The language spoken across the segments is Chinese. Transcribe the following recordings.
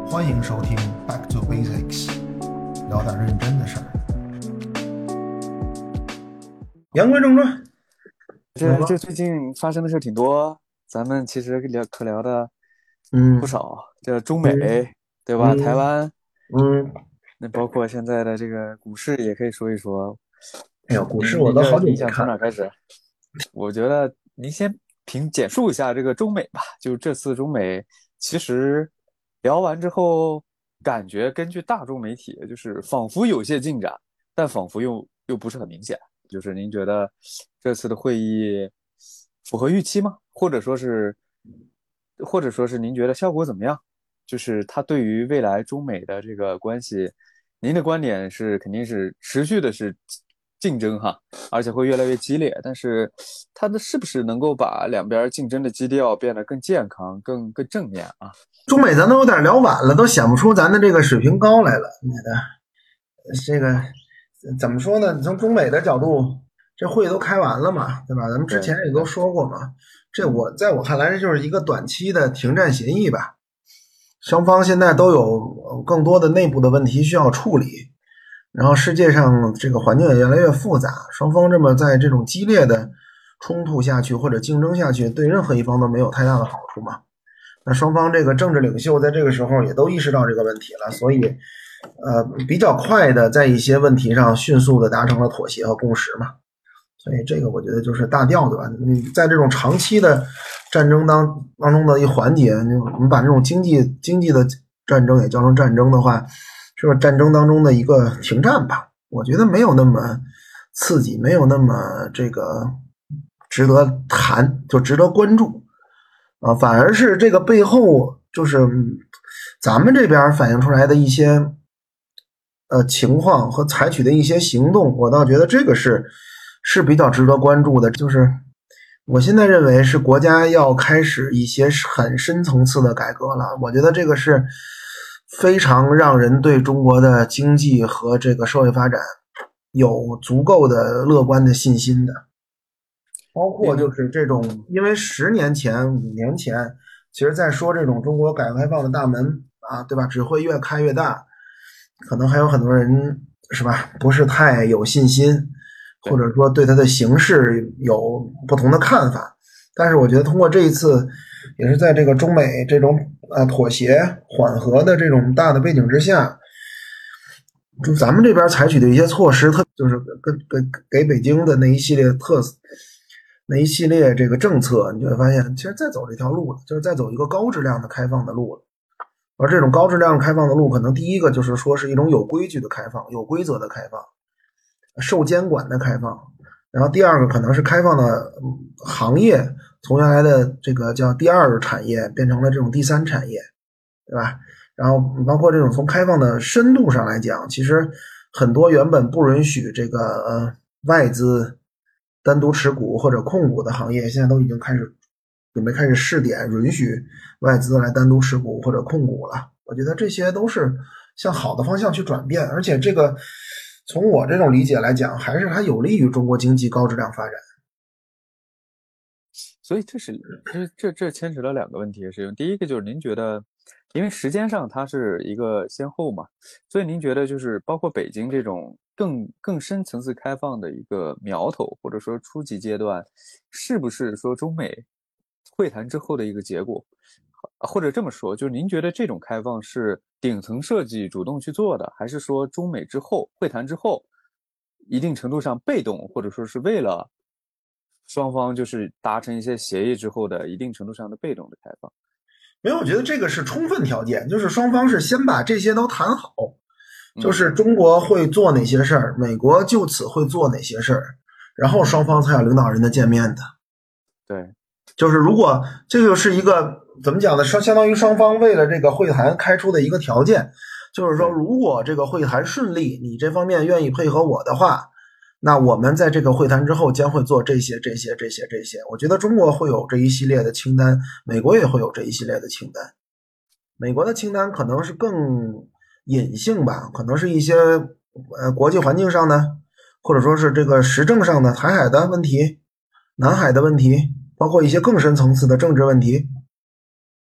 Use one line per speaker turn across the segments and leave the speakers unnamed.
欢迎收听 Back to Basics， 聊点认真的事儿。言归正传，
这最近发生的事挺多，咱们其实可聊的不少。这中美，对吧？台湾，那包括现在的这个股市也可以说一说。
哎呦，股市我都好久
您想从
没看了。
哪开始？我觉得您先简述一下这个中美吧。就这次中美，其实聊完之后，感觉根据大众媒体，就是仿佛有些进展，但仿佛又不是很明显。就是您觉得这次的会议符合预期吗？或者说是您觉得效果怎么样？就是它对于未来中美的这个关系，您的观点是肯定是持续的是竞争哈，而且会越来越激烈。但是它是不是能够把两边竞争的基调变得更健康、更正面啊？
中美咱都有点聊晚了，都显不出咱的这个水平高来了。这个怎么说呢？从中美的角度，这会都开完了嘛，对吧？咱们之前也都说过嘛。在我看来，这就是一个短期的停战协议吧。双方现在都有更多的内部的问题需要处理，然后世界上这个环境也越来越复杂，双方这么在这种激烈的冲突下去或者竞争下去，对任何一方都没有太大的好处嘛。那双方这个政治领袖在这个时候也都意识到这个问题了，所以比较快的在一些问题上迅速的达成了妥协和共识嘛。所以这个我觉得就是大调，对吧？你在这种长期的战争当中的一环节，我们把这种经济的战争也叫成战争的话，是战争当中的一个停战吧。我觉得没有那么刺激，没有那么这个值得谈，就值得关注啊。反而是这个背后就是咱们这边反映出来的一些情况和采取的一些行动，我倒觉得这个是比较值得关注的。就是我现在认为是国家要开始一些很深层次的改革了，我觉得这个是非常让人对中国的经济和这个社会发展有足够的乐观的信心的。包括就是这种，因为10年前、5年前，其实在说这种中国改革开放的大门啊，对吧？只会越开越大，可能还有很多人是吧，不是太有信心，或者说对它的形势有不同的看法。但是我觉得通过这一次，也是在这个中美这种妥协缓和的这种大的背景之下，就咱们这边采取的一些措施，就是给北京的那一系列这个政策，你就会发现其实再走这条路了，就是再走一个高质量的开放的路了。而这种高质量开放的路，可能第一个就是说是一种有规矩的开放，有规则的开放，受监管的开放。然后第二个可能是开放的行业，从原来的这个叫第二产业变成了这种第三产业，对吧？然后包括这种从开放的深度上来讲，其实很多原本不允许这个外资单独持股或者控股的行业，现在都已经准备开始试点允许外资来单独持股或者控股了。我觉得这些都是向好的方向去转变，而且这个从我这种理解来讲，还是它有利于中国经济高质量发展。
所以这牵扯到两个问题是，第一个就是您觉得，因为时间上它是一个先后嘛，所以您觉得就是包括北京这种更深层次开放的一个苗头，或者说初级阶段，是不是说中美会谈之后的一个结果？或者这么说，就是您觉得这种开放是顶层设计主动去做的，还是说中美之后会谈之后，一定程度上被动，或者说是为了双方就是达成一些协议之后的一定程度上的被动的开放？
没有，我觉得这个是充分条件，就是双方是先把这些都谈好，就是中国会做哪些事儿，美国就此会做哪些事儿，然后双方才有领导人的见面的。
对，
就是如果这就是一个怎么讲呢，相当于双方为了这个会谈开出的一个条件，就是说如果这个会谈顺利，你这方面愿意配合我的话，那我们在这个会谈之后将会做这些。我觉得中国会有这一系列的清单，美国也会有这一系列的清单。美国的清单可能是更隐性吧，可能是一些国际环境上的，或者说是这个时政上的台海的问题、南海的问题，包括一些更深层次的政治问题。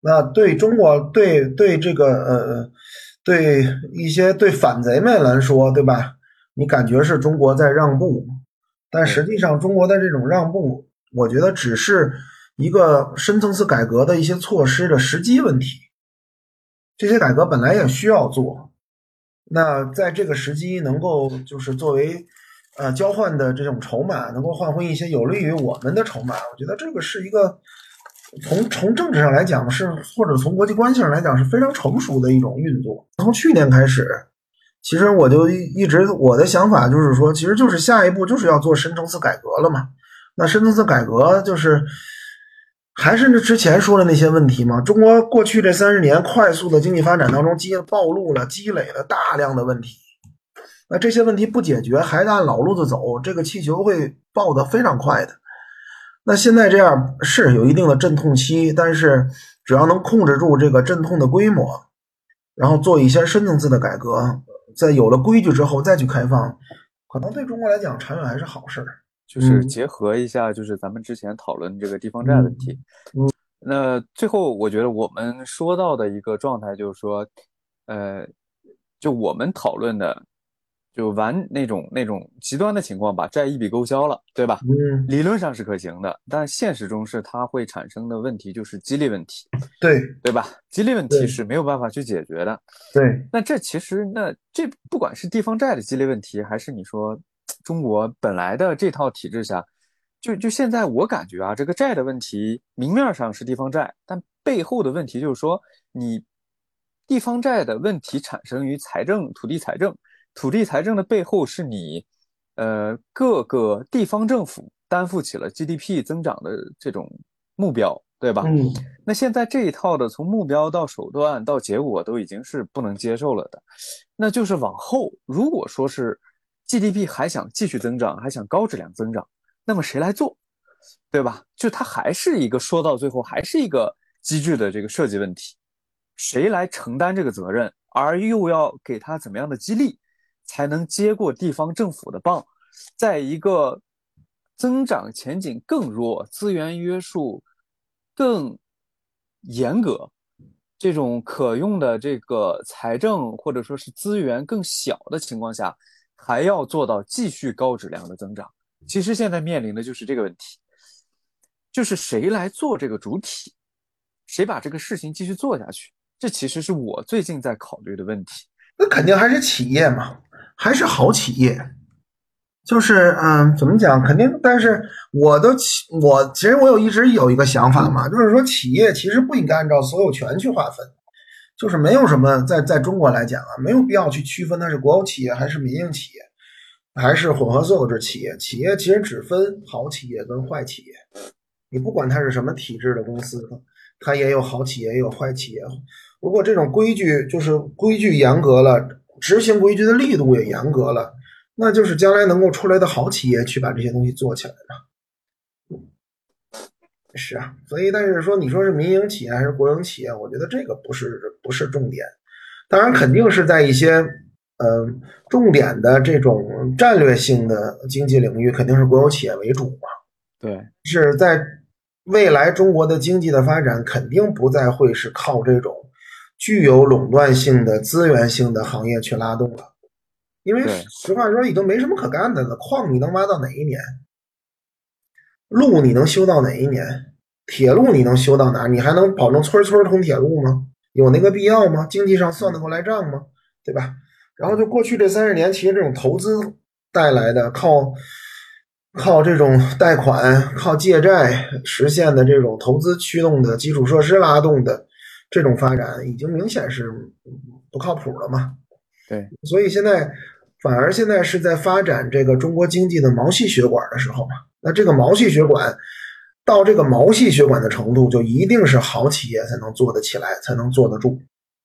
那对中国对这个对一些对反贼们来说，对吧？你感觉是中国在让步，但实际上中国的这种让步，我觉得只是一个深层次改革的一些措施的时机问题。这些改革本来也需要做，那在这个时机能够就是作为交换的这种筹码，能够换回一些有利于我们的筹码，我觉得这个是一个从政治上来讲是，或者从国际关系上来讲是非常成熟的一种运作。从去年开始，其实我就一直我的想法就是说，其实就是下一步就是要做深层次改革了嘛。那深层次改革就是还是之前说的那些问题嘛。中国过去这30年快速的经济发展当中暴露了积累了大量的问题，那这些问题不解决，还按老路子走，这个气球会爆得非常快的。那现在这样是有一定的阵痛期，但是只要能控制住这个阵痛的规模，然后做一些深层次的改革，在有了规矩之后再去开放，可能对中国来讲长远还是好事。
就是结合一下，就是咱们之前讨论这个地方债问题。那最后我觉得我们说到的一个状态就是说，就我们讨论的，就玩那种极端的情况，把债一笔勾销了，对吧？理论上是可行的，但现实中是它会产生的问题就是激励问题，对吧？激励问题是没有办法去解决的。
对，
那这其实这不管是地方债的激励问题，还是你说中国本来的这套体制下，就现在我感觉啊，这个债的问题明面上是地方债，但背后的问题就是说，你地方债的问题产生于土地财政，土地财政的背后是你各个地方政府担负起了 GDP 增长的这种目标，对吧？那现在这一套的从目标到手段到结果都已经是不能接受了的，那就是往后如果说是 GDP 还想继续增长，还想高质量增长，那么谁来做，对吧？就它还是一个说到最后还是一个机制的这个设计问题，谁来承担这个责任，而又要给他怎么样的激励，才能接过地方政府的棒，在一个增长前景更弱、资源约束更严格、这种可用的这个财政或者说是资源更小的情况下，还要做到继续高质量的增长。其实现在面临的就是这个问题，就是谁来做这个主体，谁把这个事情继续做下去，这其实是我最近在考虑的问题。
那肯定还是企业嘛，还是好企业。就是怎么讲，肯定，但是其实我一直有一个想法嘛，就是说企业其实不应该按照所有权去划分，就是没有什么在中国来讲啊，没有必要去区分它是国有企业还是民营企业，还是混合所有制企业。企业其实只分好企业跟坏企业，你不管它是什么体制的公司，它也有好企业也有坏企业。如果这种规矩严格了，执行规矩的力度也严格了，那就是将来能够出来的好企业去把这些东西做起来的。是啊，所以但是说你说是民营企业还是国营企业，我觉得这个不是重点。当然肯定是在一些重点的这种战略性的经济领域，肯定是国有企业为主嘛。
对，
是在未来中国的经济的发展肯定不再会是靠这种具有垄断性的资源性的行业去拉动了。因为实话说已经没什么可干的了，矿你能挖到哪一年？路你能修到哪一年？铁路你能修到哪？你还能保证村村通铁路吗？有那个必要吗？经济上算得过来账吗？对吧？然后就过去这30年，其实这种投资带来的靠这种贷款、靠借债实现的这种投资驱动的基础设施拉动的这种发展，已经明显是不靠谱了嘛。
对，
所以反而现在是在发展这个中国经济的毛细血管的时候嘛。那这个毛细血管到这个毛细血管的程度，就一定是好企业才能做得起来，才能做得住。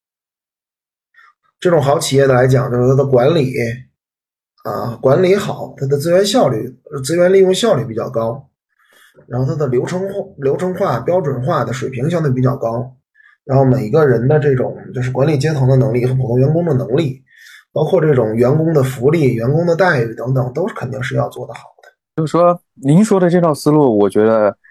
这种好企业的来讲，就是它的管理好，它的资源利用效率比较高，然后它的流程化、标准化的水平相对比较高，然后每个人的这种就是管理阶层的能力和普通员工的能力，包括这种员工的福利、员工的待遇等等，都肯定是要做得好的。
就是说您说的这套思路，我觉得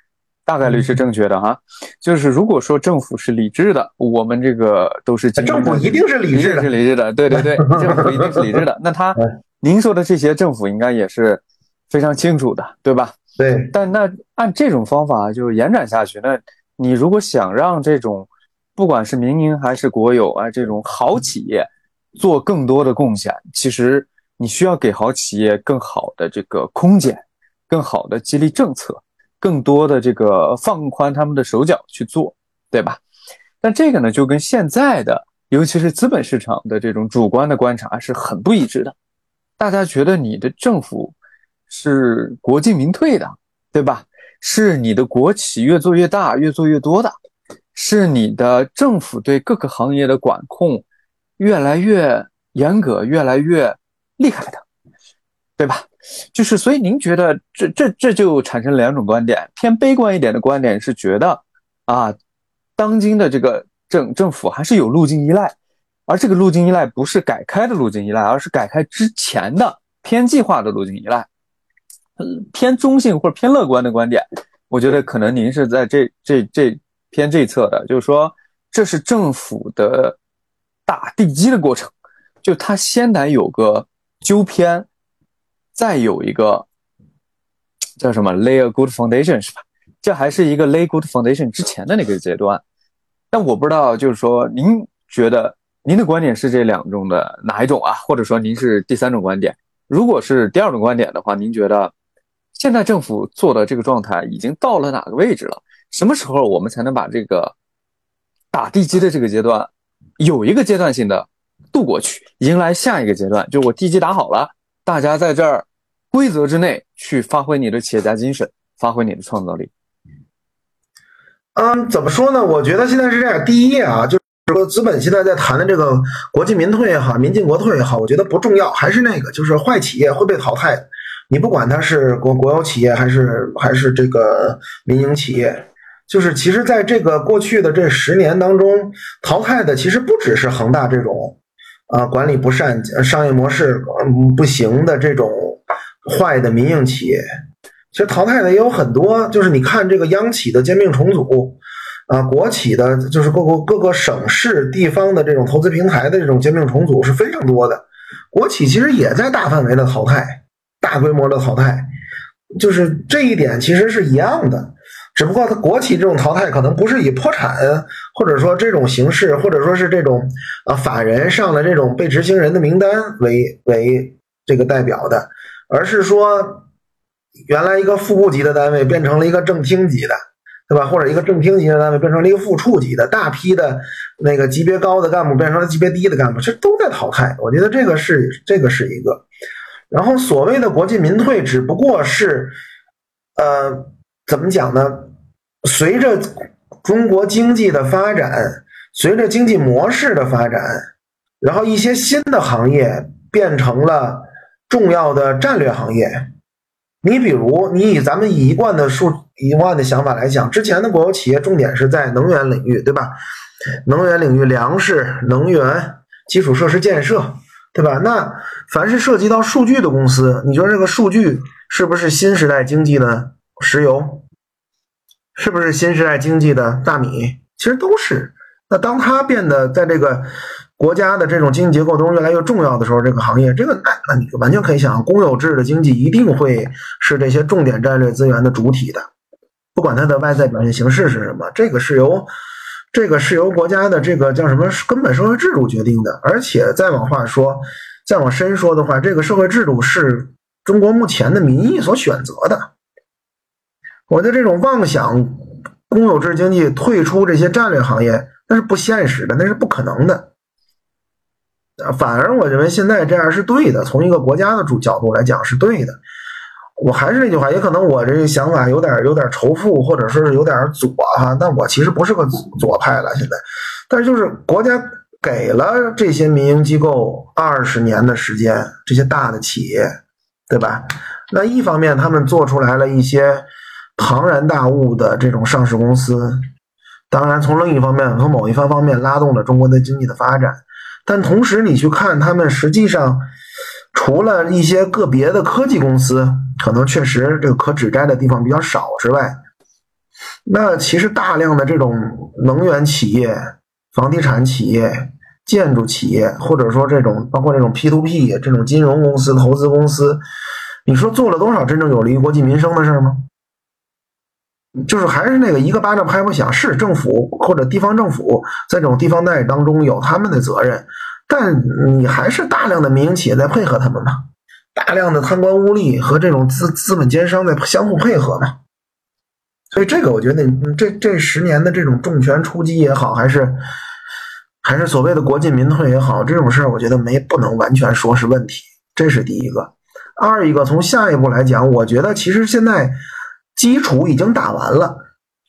大概率是正确的哈。就是如果说政府是理智的，我们这个都是
政府一定是理智的，
是理智的，对对对，政府一定是理智的。那您说的这些政府应该也是非常清楚的，对吧？
对。
但那按这种方法就延展下去，那你如果想让这种不管是民营还是国有啊，这种好企业做更多的贡献，其实你需要给好企业更好的这个空间，更好的激励政策，更多的这个放宽他们的手脚去做，对吧？但这个呢，就跟现在的尤其是资本市场的这种主观的观察是很不一致的。大家觉得你的政府是国进民退的，对吧？是你的国企越做越大，越做越多的，是你的政府对各个行业的管控越来越严格，越来越厉害的，对吧？就是所以您觉得这就产生两种观点，偏悲观一点的观点是觉得啊，当今的这个政府还是有路径依赖，而这个路径依赖不是改开的路径依赖，而是改开之前的偏计划的路径依赖。偏中性或者偏乐观的观点，我觉得可能您是在这偏这一侧的，就是说这是政府的打地基的过程，就它先得有个纠偏，再有一个叫什么 lay a good foundation 是吧？这还是一个 lay good foundation 之前的那个阶段。但我不知道，就是说您觉得您的观点是这两种的哪一种啊？或者说您是第三种观点？如果是第二种观点的话，您觉得现在政府做的这个状态已经到了哪个位置了？什么时候我们才能把这个打地基的这个阶段有一个阶段性的度过去，迎来下一个阶段？就我地基打好了，大家在这儿规则之内去发挥你的企业家精神，发挥你的创造力。
怎么说呢？我觉得现在是这样。第一啊，就是说资本现在在谈的这个国进民退也好，民进国退也好，我觉得不重要，还是那个，就是坏企业会被淘汰。你不管它是国有企业还是这个民营企业，就是其实在这个过去的这10年当中，淘汰的其实不只是恒大这种管理不善、商业模式不行的这种坏的民营企业。其实淘汰的也有很多，就是你看这个央企的兼并重组国企的就是各个省市地方的这种投资平台的这种兼并重组是非常多的。国企其实也在大范围的淘汰，大规模的淘汰，就是这一点其实是一样的，只不过它国企这种淘汰可能不是以破产或者说这种形式，或者说是这种法人上了这种被执行人的名单为这个代表的，而是说原来一个副部级的单位变成了一个正厅级的，对吧？或者一个正厅级的单位变成了一个副处级的，大批的那个级别高的干部变成了级别低的干部，这都在淘汰。我觉得这个是一个。然后所谓的国进民退只不过是怎么讲呢？随着中国经济的发展，随着经济模式的发展，然后一些新的行业变成了重要的战略行业。你比如咱们以一贯的想法来讲，之前的国有企业重点是在能源领域，对吧？能源领域，粮食、能源、基础设施建设，对吧？那凡是涉及到数据的公司，你说这个数据是不是新时代经济的石油？是不是新时代经济的大米？其实都是。那当它变得在这个国家的这种经济结构中越来越重要的时候，这个行业，那你完全可以想，公有制的经济一定会是这些重点战略资源的主体的，不管它的外在表现形式是什么，这个是由国家的这个叫什么根本社会制度决定的。而且再往深说的话，这个社会制度是中国目前的民意所选择的。我的这种妄想公有制经济退出这些战略行业，那是不现实的，那是不可能的。反而我认为现在这样是对的，从一个国家的角度来讲是对的。我还是那句话，也可能我这个想法有点仇富，或者说是有点左但我其实不是个左派了现在。但是就是国家给了这些民营机构20年的时间，这些大的企业，对吧？那一方面他们做出来了一些庞然大物的这种上市公司，当然从另一方面，从某一方面拉动了中国的经济的发展。但同时你去看他们实际上除了一些个别的科技公司可能确实这个可指摘的地方比较少之外， 那其实大量的这种能源企业、房地产企业、建筑企业，或者说这种包括这种 P2P 这种金融公司、投资公司，你说做了多少真正有利于国计民生的事儿吗？就是还是那个一个巴掌拍不响，市政府或者地方政府在这种地方代理当中有他们的责任，但你还是大量的民营企业在配合他们嘛，大量的贪官污吏和这种资本奸商在相互配合嘛。所以这个我觉得这10年的这种重拳出击也好，还是所谓的国进民退也好，这种事儿我觉得不能完全说是问题，这是第一个。二一个，从下一步来讲，我觉得其实现在基础已经打完了，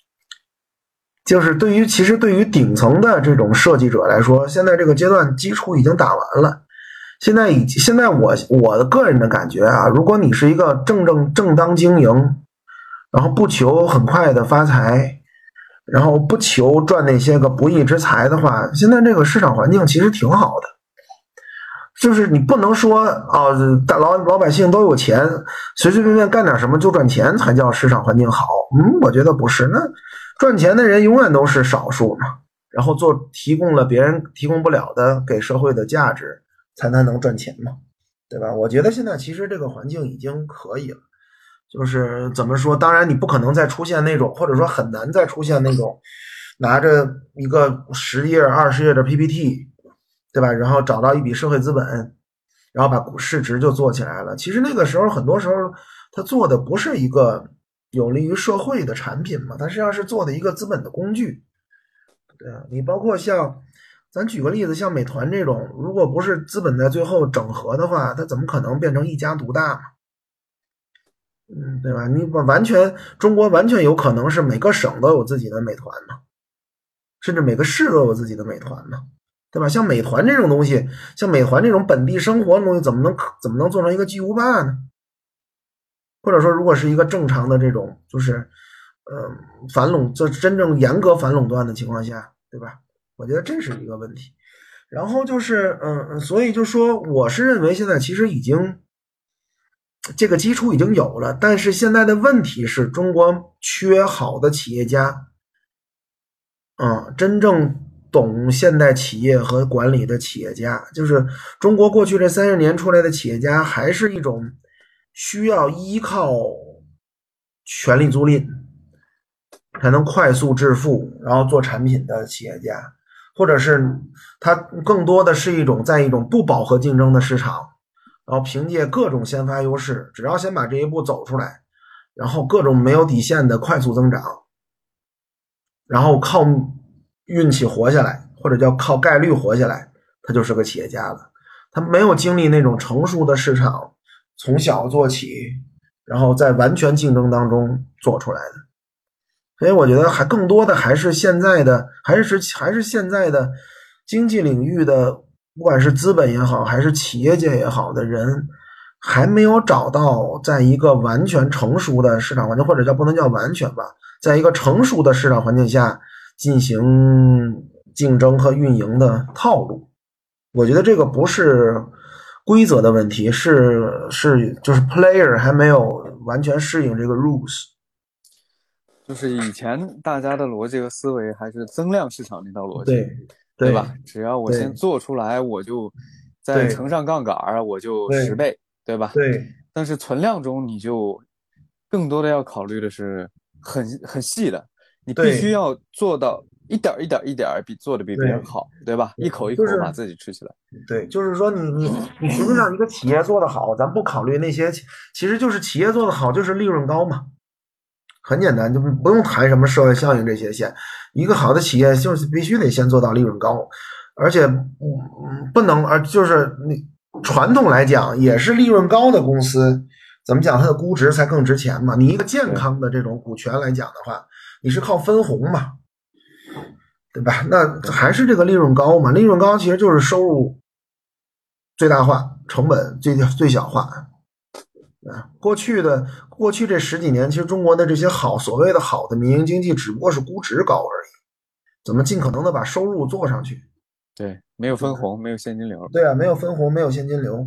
就是其实对于顶层的这种设计者来说，现在这个阶段基础已经打完了。现在我的个人的感觉啊，如果你是一个正当经营，然后不求很快的发财，然后不求赚那些个不义之财的话，现在这个市场环境其实挺好的。就是你不能说老百姓都有钱，随随便便干点什么就赚钱才叫市场环境好。我觉得不是，那赚钱的人永远都是少数嘛，然后提供了别人提供不了的给社会的价值，才能赚钱嘛，对吧？我觉得现在其实这个环境已经可以了。就是怎么说，当然你不可能再出现那种，或者说很难再出现那种拿着一个10页20页的 PPT， 对吧，然后找到一笔社会资本，然后把市值就做起来了。其实那个时候很多时候他做的不是一个有利于社会的产品嘛，他实际上是做的一个资本的工具。对啊，你包括像咱举个例子，像美团这种，如果不是资本在最后整合的话，它怎么可能变成一家独大嘛？对吧？中国完全有可能是每个省都有自己的美团嘛，甚至每个市都有自己的美团嘛，对吧？像美团这种东西，像美团这种本地生活的东西，怎么能做成一个巨无霸呢？或者说，如果是一个正常的这种，就是就真正严格反垄断的情况下，对吧？我觉得这是一个问题。然后就是所以就说，我是认为现在其实已经这个基础已经有了，但是现在的问题是中国缺好的企业家，真正懂现代企业和管理的企业家。就是中国过去这30年出来的企业家，还是一种需要依靠权力租赁才能快速致富，然后做产品的企业家，或者是他更多的是在一种不饱和竞争的市场，然后凭借各种先发优势，只要先把这一步走出来，然后各种没有底线的快速增长，然后靠运气活下来，或者叫靠概率活下来，他就是个企业家了。他没有经历那种成熟的市场，从小做起，然后在完全竞争当中做出来的。所以我觉得更多的还是现在的经济领域的，不管是资本也好，还是企业界也好的人，还没有找到在一个完全成熟的市场环境，或者不能叫完全吧，在一个成熟的市场环境下进行竞争和运营的套路。我觉得这个不是规则的问题，就是 player 还没有完全适应这个 rules。
就是以前大家的逻辑和思维还是增量市场那套逻辑，
对
吧？只要我先做出来，我就再乘上杠杆，我就10倍，对吧？
对。
但是存量中，你就更多的要考虑的是很细的，你必须要做到一点做的比别人好，对吧？一口一口把自己吃起来。
对，就是说你实际上一个企业做得好，咱不考虑那些，其实就是企业做得好就是利润高嘛。很简单，就不用谈什么社会效应这些线。一个好的企业就是必须得先做到利润高，而且不能就是你传统来讲也是利润高的公司，怎么讲它的估值才更值钱嘛。你一个健康的这种股权来讲的话，你是靠分红嘛，对吧？那还是这个利润高嘛，利润高其实就是收入最大化，成本最小化。过去这10几年，其实中国的这些所谓的好的民营经济只不过是估值高而已，怎么尽可能的把收入做上去。
对，没有分红，没有现金流。
对啊，没有分红，没有现金流。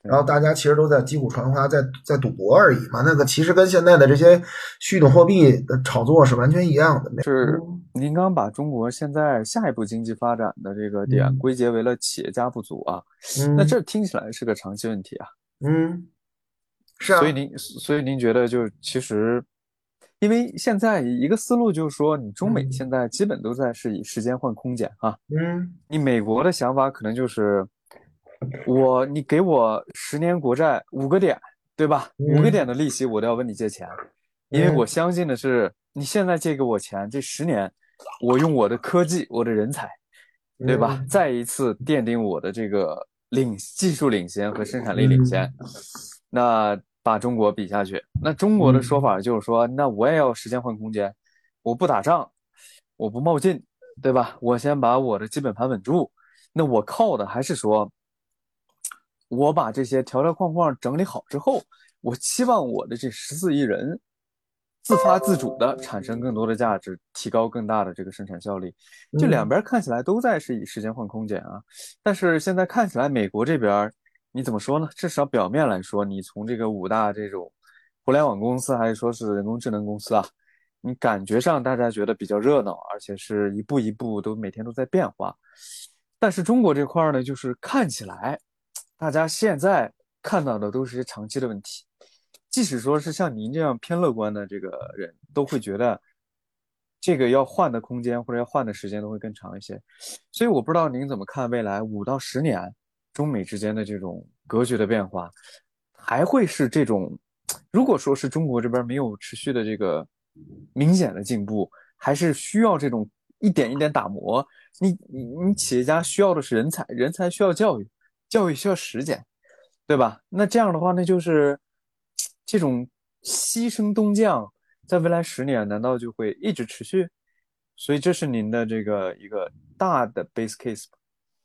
然后大家其实都在击鼓传花，在赌博而已嘛。那个其实跟现在的这些虚拟货币的炒作是完全一样的。
是您刚把中国现在下一步经济发展的这个点归结为了企业家不足啊，那这听起来是个长期问题啊。
是啊。
所以您觉得就其实，因为现在一个思路就是说，你中美现在基本都在是以时间换空间啊。你美国的想法可能就是你给我10年国债5个点，对吧？5个点的利息我都要问你借钱，因为我相信的是你现在借给我钱，这10年我用我的科技、我的人才，对吧？再一次奠定我的这个技术领先和生产力领先，那把中国比下去。那中国的说法就是说，那我也要时间换空间，我不打仗，我不冒进，对吧？我先把我的基本盘稳住。那我靠的还是说，我把这些条条框框整理好之后，我期望我的这14亿人自发自主的产生更多的价值，提高更大的这个生产效率。这两边看起来都在是以时间换空间啊，但是现在看起来美国这边你怎么说呢？至少表面来说，你从这个5大这种互联网公司还是说是人工智能公司啊，你感觉上大家觉得比较热闹，而且是一步一步都每天都在变化。但是中国这块呢，就是看起来大家现在看到的都是些长期的问题，即使说是像您这样偏乐观的这个人，都会觉得这个要换的空间或者要换的时间都会更长一些。所以我不知道您怎么看未来5到10年中美之间的这种格局的变化，还会是这种，如果说是中国这边没有持续的这个明显的进步，还是需要这种一点一点打磨。你企业家需要的是人才，人才需要教育，教育需要时间，对吧？那这样的话，那就是这种牺牲东将，在未来10年难道就会一直持续？所以这是您的这个一个大的 base case 吧。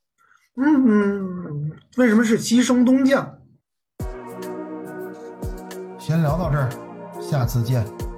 为什么是牺牲东将？先聊到这儿，下次见。